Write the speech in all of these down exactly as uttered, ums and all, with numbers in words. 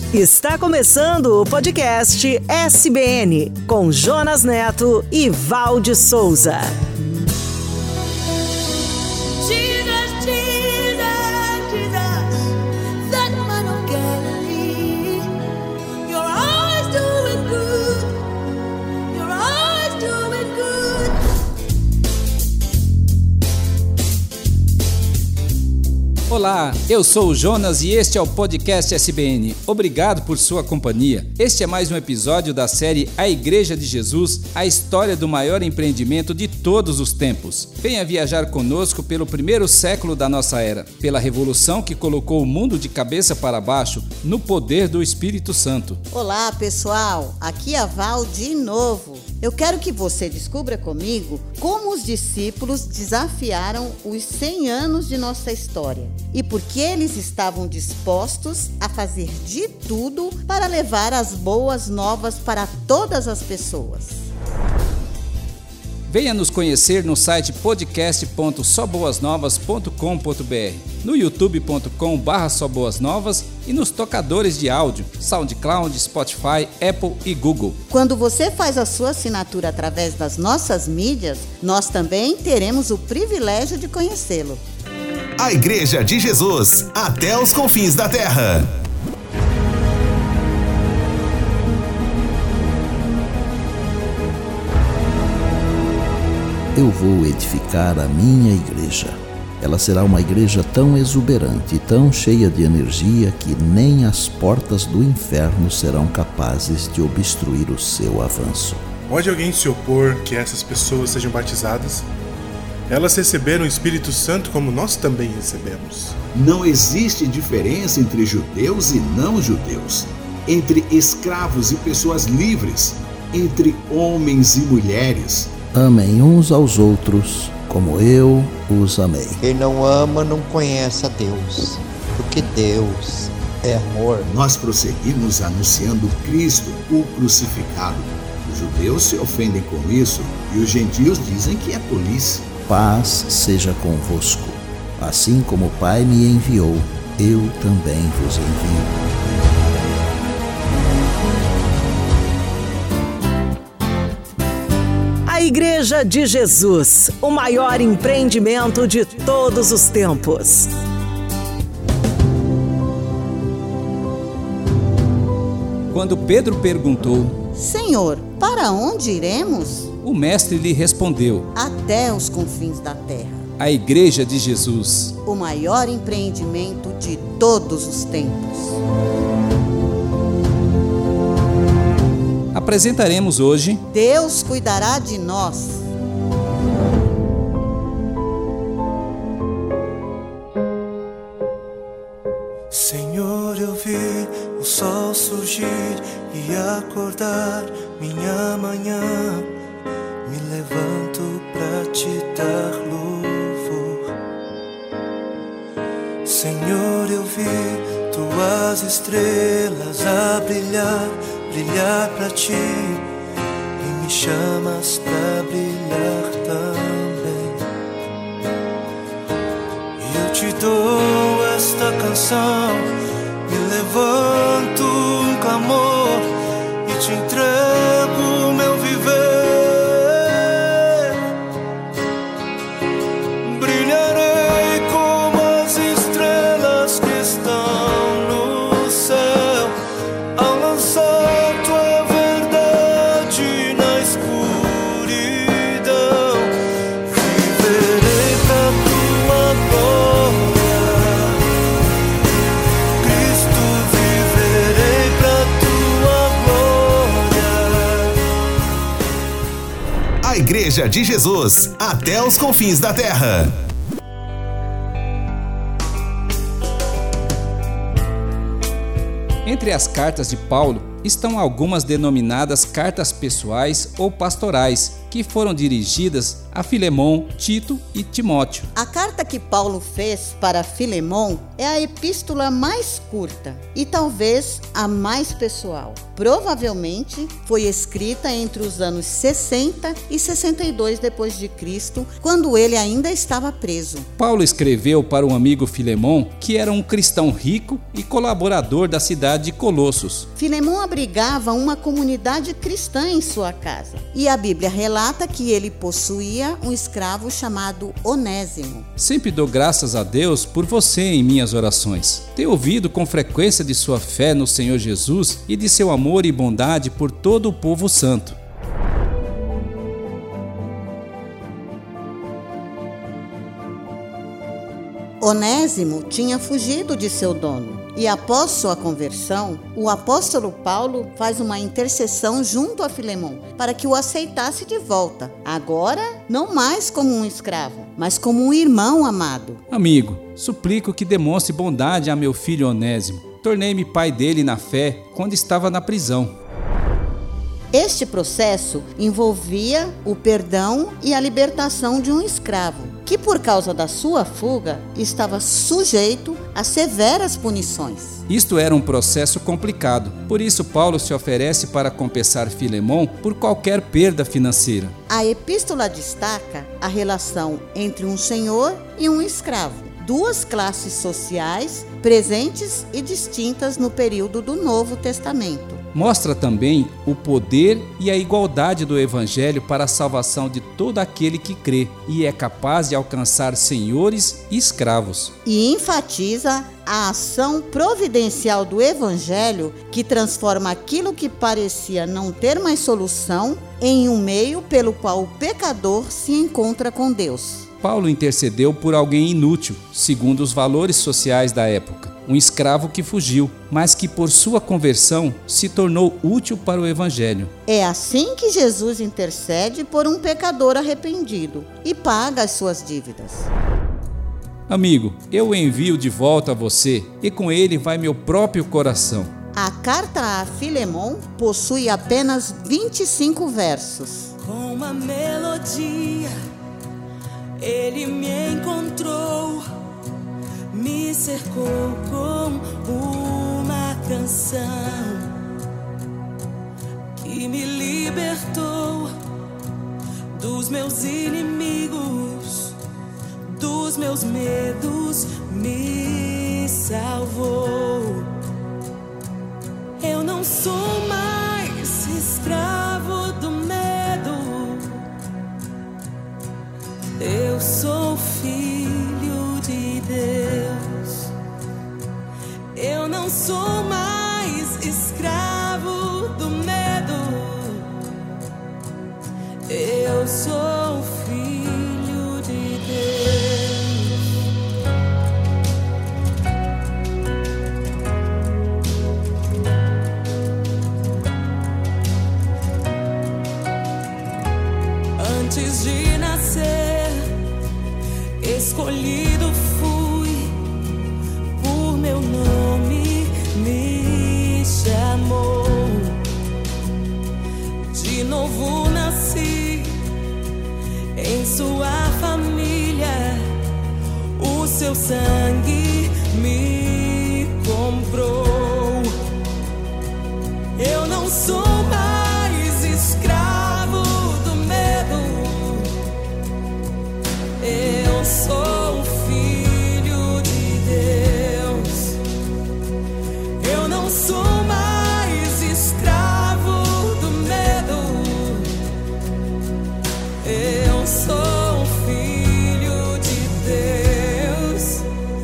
Está começando o podcast S B N, com Jonas Neto e Valde Souza. Olá, eu sou o Jonas e este é o podcast S B N. Obrigado por sua companhia. Este é mais um episódio da série A Igreja de Jesus, a história do maior empreendimento de todos os tempos. Venha viajar conosco pelo primeiro século da nossa era, pela revolução que colocou o mundo de cabeça para baixo no poder do Espírito Santo. Olá, pessoal. Aqui é a Val de novo. Eu quero que você descubra comigo como os discípulos desafiaram os cem anos de nossa história e por que eles estavam dispostos a fazer de tudo para levar as boas novas para todas as pessoas. Venha nos conhecer no site podcast ponto só boas novas ponto com ponto b r, no youtube ponto com barra só boas novas e nos tocadores de áudio, SoundCloud, Spotify, Apple e Google. Quando você faz a sua assinatura através das nossas mídias, nós também teremos o privilégio de conhecê-lo. A Igreja de Jesus, até os confins da terra. Eu vou edificar a minha igreja. Ela será uma igreja tão exuberante e tão cheia de energia que nem as portas do inferno serão capazes de obstruir o seu avanço. Pode alguém se opor que essas pessoas sejam batizadas? Elas receberam o Espírito Santo como nós também recebemos. Não existe diferença entre judeus e não judeus, entre escravos e pessoas livres, entre homens e mulheres. Amem uns aos outros, como eu os amei. Quem não ama não conhece a Deus, porque Deus é amor. Nós prosseguimos anunciando Cristo, o crucificado. Os judeus se ofendem com isso e os gentios dizem que é tolice. Paz seja convosco. Assim como o Pai me enviou, eu também vos envio. A Igreja de Jesus, o maior empreendimento de todos os tempos. Quando Pedro perguntou: Senhor, para onde iremos? O mestre lhe respondeu: Até os confins da terra. A Igreja de Jesus, o maior empreendimento de todos os tempos. Apresentaremos hoje Deus cuidará de nós. Senhor, eu vi o sol surgir e acordar minha manhã. Me levanto pra te dar louvor. Senhor, eu vi tuas estrelas a brilhar, brilhar pra ti, e me chamas pra brilhar também. E eu te dou esta canção, me levanto um clamor e te entrego meu viver. Brilharei como as estrelas que estão no céu, ao lançar tua verdade na escuridão. Viverei pra tua glória, Cristo, viverei pra tua glória. A Igreja de Jesus, até os confins da terra. Entre as cartas de Paulo estão algumas denominadas cartas pessoais ou pastorais, que foram dirigidas a Filemon, Tito e Timóteo. A carta que Paulo fez para Filemon é a epístola mais curta e talvez a mais pessoal. Provavelmente foi escrita entre os anos sessenta e sessenta e dois depois de Cristo, quando ele ainda estava preso. Paulo escreveu para um amigo Filemon, que era um cristão rico e colaborador da cidade de Colossos. Filemon abrigava uma comunidade cristã em sua casa, e a Bíblia relata que ele possuía um escravo chamado Onésimo. Sempre dou graças a Deus por você em minhas orações. Tenho ouvido com frequência de sua fé no Senhor Jesus e de seu amor e bondade por todo o povo santo. Onésimo tinha fugido de seu dono e, após sua conversão, o apóstolo Paulo faz uma intercessão junto a Filemon para que o aceitasse de volta, agora não mais como um escravo, mas como um irmão amado. Amigo, suplico que demonstre bondade a meu filho Onésimo. Tornei-me pai dele na fé quando estava na prisão. Este processo envolvia o perdão e a libertação de um escravo, que por causa da sua fuga estava sujeito a severas punições. Isto era um processo complicado, por isso Paulo se oferece para compensar Filemon por qualquer perda financeira. A epístola destaca a relação entre um senhor e um escravo, duas classes sociais presentes e distintas no período do Novo Testamento. Mostra também o poder e a igualdade do Evangelho para a salvação de todo aquele que crê e é capaz de alcançar senhores e escravos. E enfatiza a ação providencial do Evangelho que transforma aquilo que parecia não ter mais solução em um meio pelo qual o pecador se encontra com Deus. Paulo intercedeu por alguém inútil, segundo os valores sociais da época. Um escravo que fugiu, mas que por sua conversão se tornou útil para o Evangelho. É assim que Jesus intercede por um pecador arrependido e paga as suas dívidas. Amigo, eu o envio de volta a você e com ele vai meu próprio coração. A carta a Filemon possui apenas vinte e cinco versos. Com uma melodia, ele me encontrou. Me cercou com uma canção que me libertou dos meus inimigos, dos meus medos, me salvou. Eu não sou mais escravo do medo, eu sou filho de Deus. Eu não sou mais escravo do medo, eu sou filho de Deus. Antes de nascer, escolhido fui, por meu nome me chamou. De novo nasci em sua família, o seu sangue me comprou. Eu não sou mais escravo do medo, eu sou filho de Deus. Eu não sou mais escravo do medo, eu sou filho de Deus.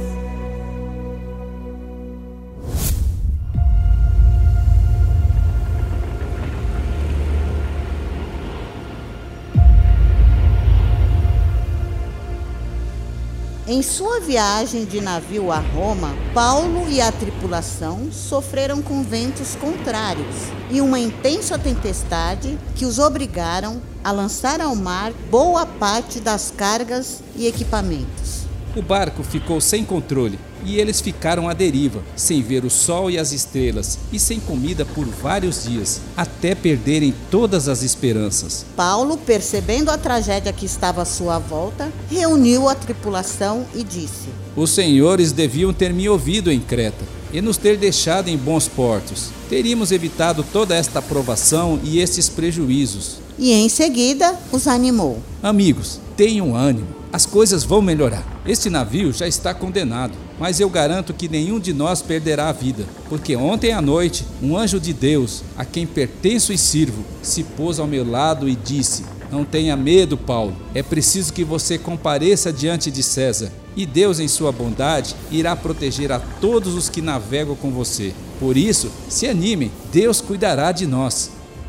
Em sua viagem de navio a Roma, Paulo e a tripulação sofreram com ventos contrários e uma intensa tempestade que os obrigaram a lançar ao mar boa parte das cargas e equipamentos. O barco ficou sem controle e eles ficaram à deriva, sem ver o sol e as estrelas e sem comida por vários dias, até perderem todas as esperanças. Paulo, percebendo a tragédia que estava à sua volta, reuniu a tripulação e disse: Os senhores deviam ter me ouvido em Creta e nos ter deixado em bons portos. Teríamos evitado toda esta provação e estes prejuízos. E em seguida os animou. Amigos, tenham ânimo, as coisas vão melhorar. Este navio já está condenado, mas eu garanto que nenhum de nós perderá a vida, porque ontem à noite um anjo de Deus, a quem pertenço e sirvo, se pôs ao meu lado e disse: Não tenha medo, Paulo, é preciso que você compareça diante de César, e Deus em sua bondade irá proteger a todos os que navegam com você. Por isso, se animem, Deus cuidará de nós.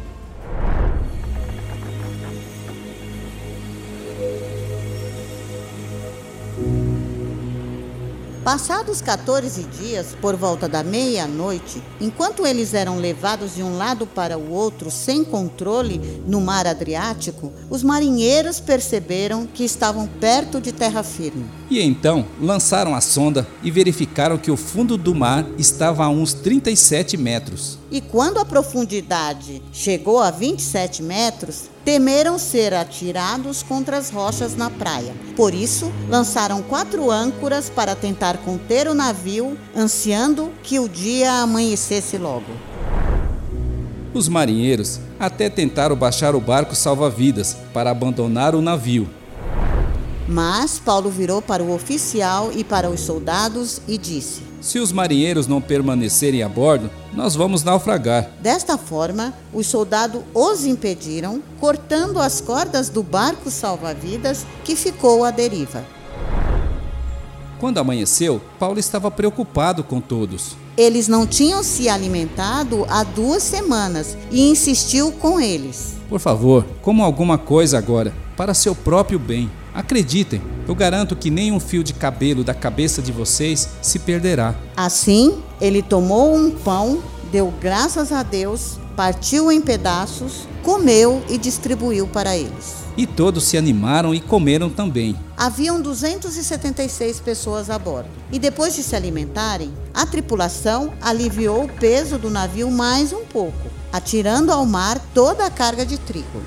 Passados quatorze dias, por volta da meia-noite, enquanto eles eram levados de um lado para o outro sem controle no mar Adriático, os marinheiros perceberam que estavam perto de terra firme. E então lançaram a sonda e verificaram que o fundo do mar estava a uns trinta e sete metros. E quando a profundidade chegou a vinte e sete metros, temeram ser atirados contra as rochas na praia. Por isso, lançaram quatro âncoras para tentar conter o navio, ansiando que o dia amanhecesse logo. Os marinheiros até tentaram baixar o barco salva-vidas para abandonar o navio. Mas Paulo virou para o oficial e para os soldados e disse: Se os marinheiros não permanecerem a bordo, nós vamos naufragar. Desta forma, os soldados os impediram, cortando as cordas do barco salva-vidas que ficou à deriva. Quando amanheceu, Paulo estava preocupado com todos. Eles não tinham se alimentado há duas semanas e insistiu com eles: Por favor, comam alguma coisa agora, para seu próprio bem. Acreditem, eu garanto que nem um fio de cabelo da cabeça de vocês se perderá. Assim, ele tomou um pão, deu graças a Deus, partiu em pedaços, comeu e distribuiu para eles. E todos se animaram e comeram também. Haviam duzentas e setenta e seis pessoas a bordo. E depois de se alimentarem, a tripulação aliviou o peso do navio mais um pouco, atirando ao mar toda a carga de trigo.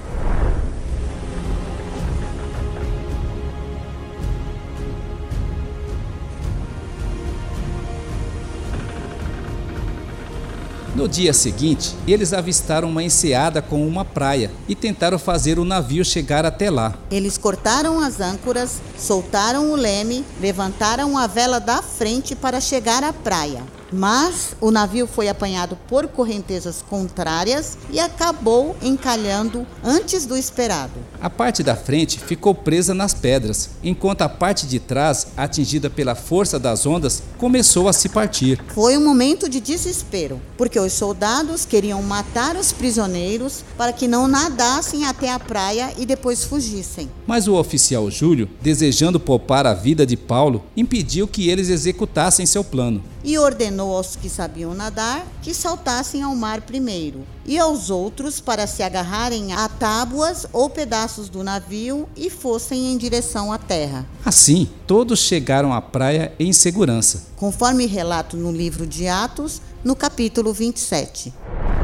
No dia seguinte, eles avistaram uma enseada com uma praia e tentaram fazer o navio chegar até lá. Eles cortaram as âncoras, soltaram o leme, levantaram a vela da frente para chegar à praia. Mas o navio foi apanhado por correntezas contrárias e acabou encalhando antes do esperado. A parte da frente ficou presa nas pedras, enquanto a parte de trás, atingida pela força das ondas, começou a se partir. Foi um momento de desespero, porque os soldados queriam matar os prisioneiros para que não nadassem até a praia e depois fugissem. Mas o oficial Júlio, desejando poupar a vida de Paulo, impediu que eles executassem seu plano. E ordenou aos que sabiam nadar que saltassem ao mar primeiro, e aos outros para se agarrarem a tábuas ou pedaços do navio e fossem em direção à terra. Assim, todos chegaram à praia em segurança, conforme relato no livro de Atos, no capítulo vinte e sete.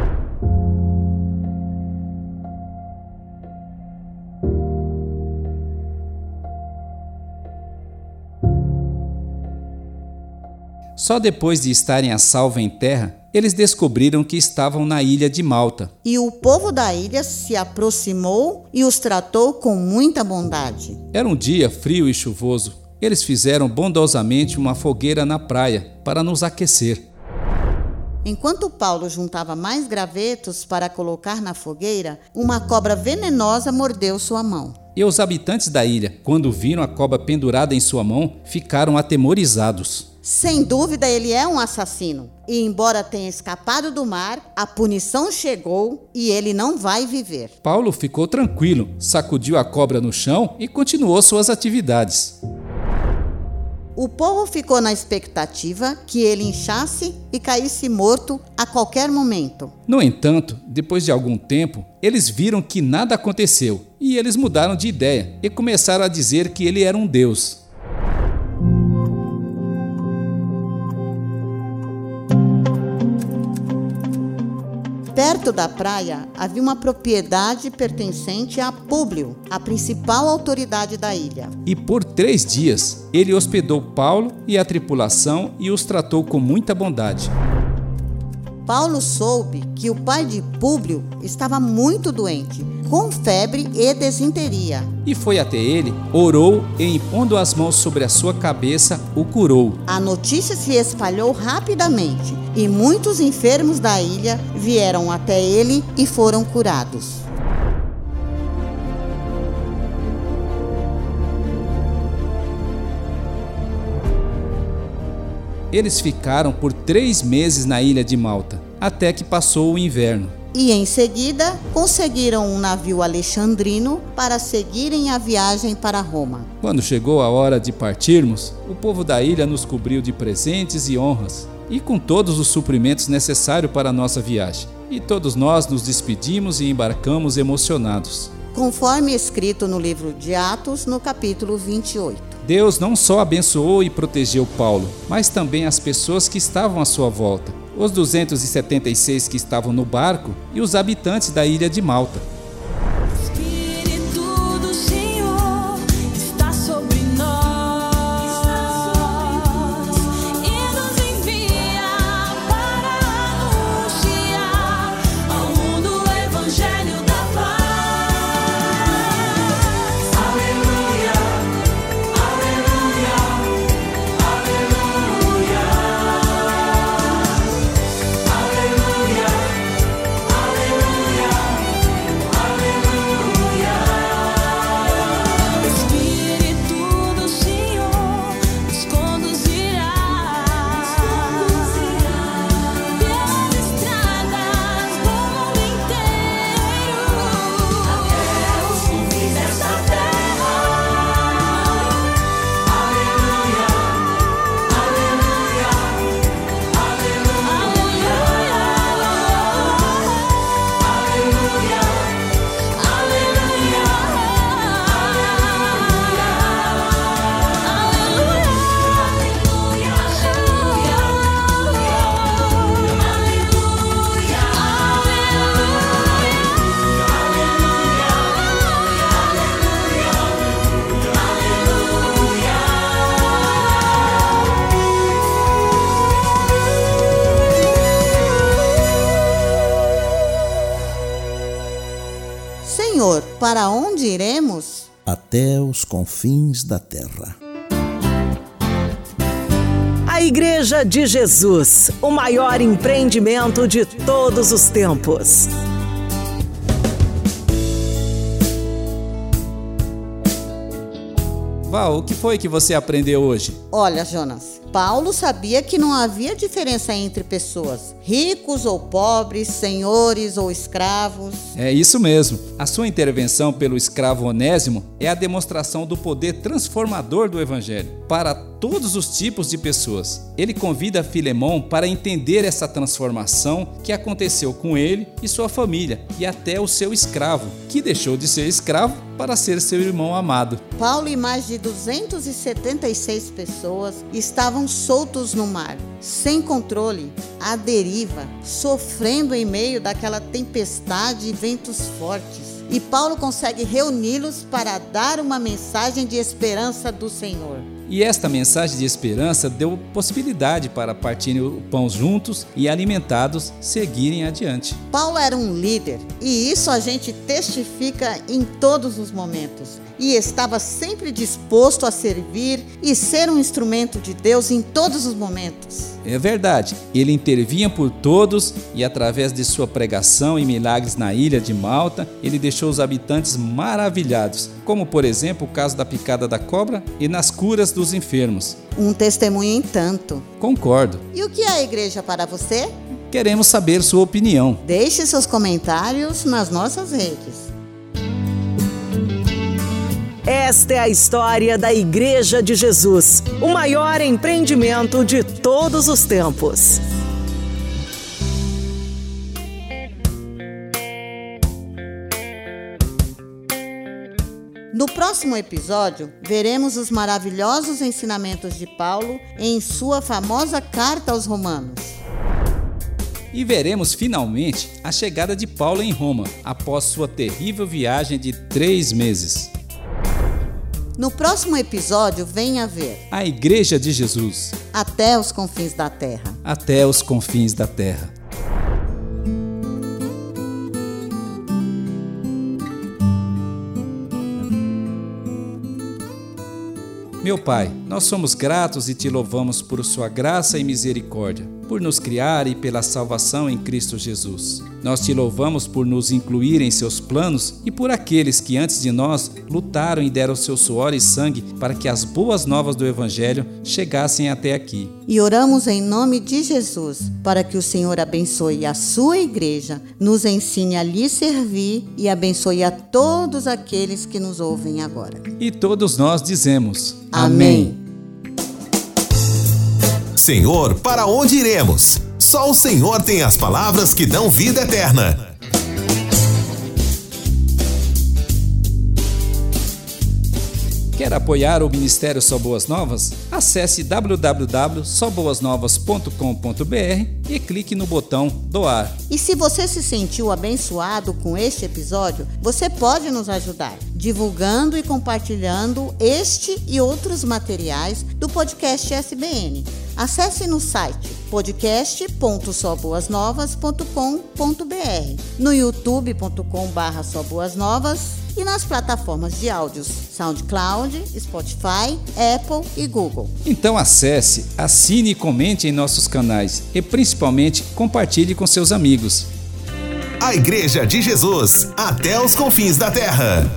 Só depois de estarem a salvo em terra, eles descobriram que estavam na ilha de Malta. E o povo da ilha se aproximou e os tratou com muita bondade. Era um dia frio e chuvoso. Eles fizeram bondosamente uma fogueira na praia para nos aquecer. Enquanto Paulo juntava mais gravetos para colocar na fogueira, uma cobra venenosa mordeu sua mão. E os habitantes da ilha, quando viram a cobra pendurada em sua mão, ficaram atemorizados. Sem dúvida, ele é um assassino. E embora tenha escapado do mar, a punição chegou e ele não vai viver. Paulo ficou tranquilo, sacudiu a cobra no chão e continuou suas atividades. O povo ficou na expectativa que ele inchasse e caísse morto a qualquer momento. No entanto, depois de algum tempo, eles viram que nada aconteceu e eles mudaram de ideia e começaram a dizer que ele era um deus. Perto da praia havia uma propriedade pertencente a Públio, a principal autoridade da ilha. E por três dias ele hospedou Paulo e a tripulação e os tratou com muita bondade. Paulo soube que o pai de Públio estava muito doente, com febre e desinteria. E foi até ele, orou e, impondo as mãos sobre a sua cabeça, o curou. A notícia se espalhou rapidamente e muitos enfermos da ilha vieram até ele e foram curados. Eles ficaram por três meses na ilha de Malta, até que passou o inverno. E em seguida conseguiram um navio alexandrino para seguirem a viagem para Roma. Quando chegou a hora de partirmos, o povo da ilha nos cobriu de presentes e honras, e com todos os suprimentos necessários para a nossa viagem. E todos nós nos despedimos e embarcamos emocionados. Conforme escrito no livro de Atos, no capítulo vinte e oito. Deus não só abençoou e protegeu Paulo, mas também as pessoas que estavam à sua volta, os duzentos e setenta e seis que estavam no barco e os habitantes da ilha de Malta. Senhor, para onde iremos? Até os confins da terra. A Igreja de Jesus, o maior empreendimento de todos os tempos. Val, o que foi que você aprendeu hoje? Olha, Jonas, Paulo sabia que não havia diferença entre pessoas, ricos ou pobres, senhores ou escravos. É isso mesmo. A sua intervenção pelo escravo Onésimo é a demonstração do poder transformador do Evangelho para todos os tipos de pessoas. Ele convida Filemão para entender essa transformação que aconteceu com ele e sua família, e até o seu escravo, que deixou de ser escravo para ser seu irmão amado. Paulo e mais de duzentas e setenta e seis pessoas estavam soltos no mar, sem controle, à deriva, sofrendo em meio daquela tempestade e ventos fortes. E Paulo consegue reuni-los para dar uma mensagem de esperança do Senhor. E esta mensagem de esperança deu possibilidade para partirem o pão juntos e, alimentados, seguirem adiante. Paulo era um líder, e isso a gente testifica em todos os momentos. E estava sempre disposto a servir e ser um instrumento de Deus em todos os momentos. É verdade, ele intervinha por todos e, através de sua pregação e milagres na ilha de Malta, ele deixou os habitantes maravilhados, como por exemplo o caso da picada da cobra e nas curas dos enfermos. Um testemunho em tanto. Concordo. E o que é a igreja para você? Queremos saber sua opinião. Deixe seus comentários nas nossas redes. Esta é a história da Igreja de Jesus, o maior empreendimento de todos os tempos. No próximo episódio, veremos os maravilhosos ensinamentos de Paulo em sua famosa carta aos Romanos. E veremos finalmente a chegada de Paulo em Roma, após sua terrível viagem de três meses. No próximo episódio, venha ver A Igreja de Jesus. Até os confins da terra. Até os confins da terra. Meu Pai, nós somos gratos e te louvamos por sua graça e misericórdia, por nos criar e pela salvação em Cristo Jesus. Nós te louvamos por nos incluir em seus planos e por aqueles que antes de nós lutaram e deram seu suor e sangue para que as boas novas do Evangelho chegassem até aqui. E oramos em nome de Jesus, para que o Senhor abençoe a sua igreja, nos ensine a lhe servir e abençoe a todos aqueles que nos ouvem agora. E todos nós dizemos: Amém. Senhor, para onde iremos? Só o Senhor tem as palavras que dão vida eterna. Quer apoiar o Ministério Só Boas Novas? Acesse w w w ponto só boas novas ponto com ponto b r e clique no botão doar. E se você se sentiu abençoado com este episódio, você pode nos ajudar divulgando e compartilhando este e outros materiais do podcast S B N. Acesse no site podcast ponto só boas novas ponto com ponto b r, no youtube ponto com barra só boas novas e nas plataformas de áudios SoundCloud, Spotify, Apple e Google. Então acesse, assine e comente em nossos canais e principalmente compartilhe com seus amigos. A Igreja de Jesus, até os confins da terra.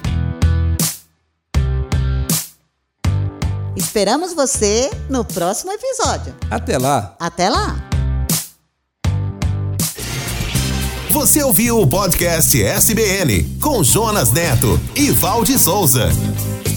Esperamos você no próximo episódio. Até lá! Até lá! Você ouviu o podcast S B N com Jonas Neto e Valde Souza.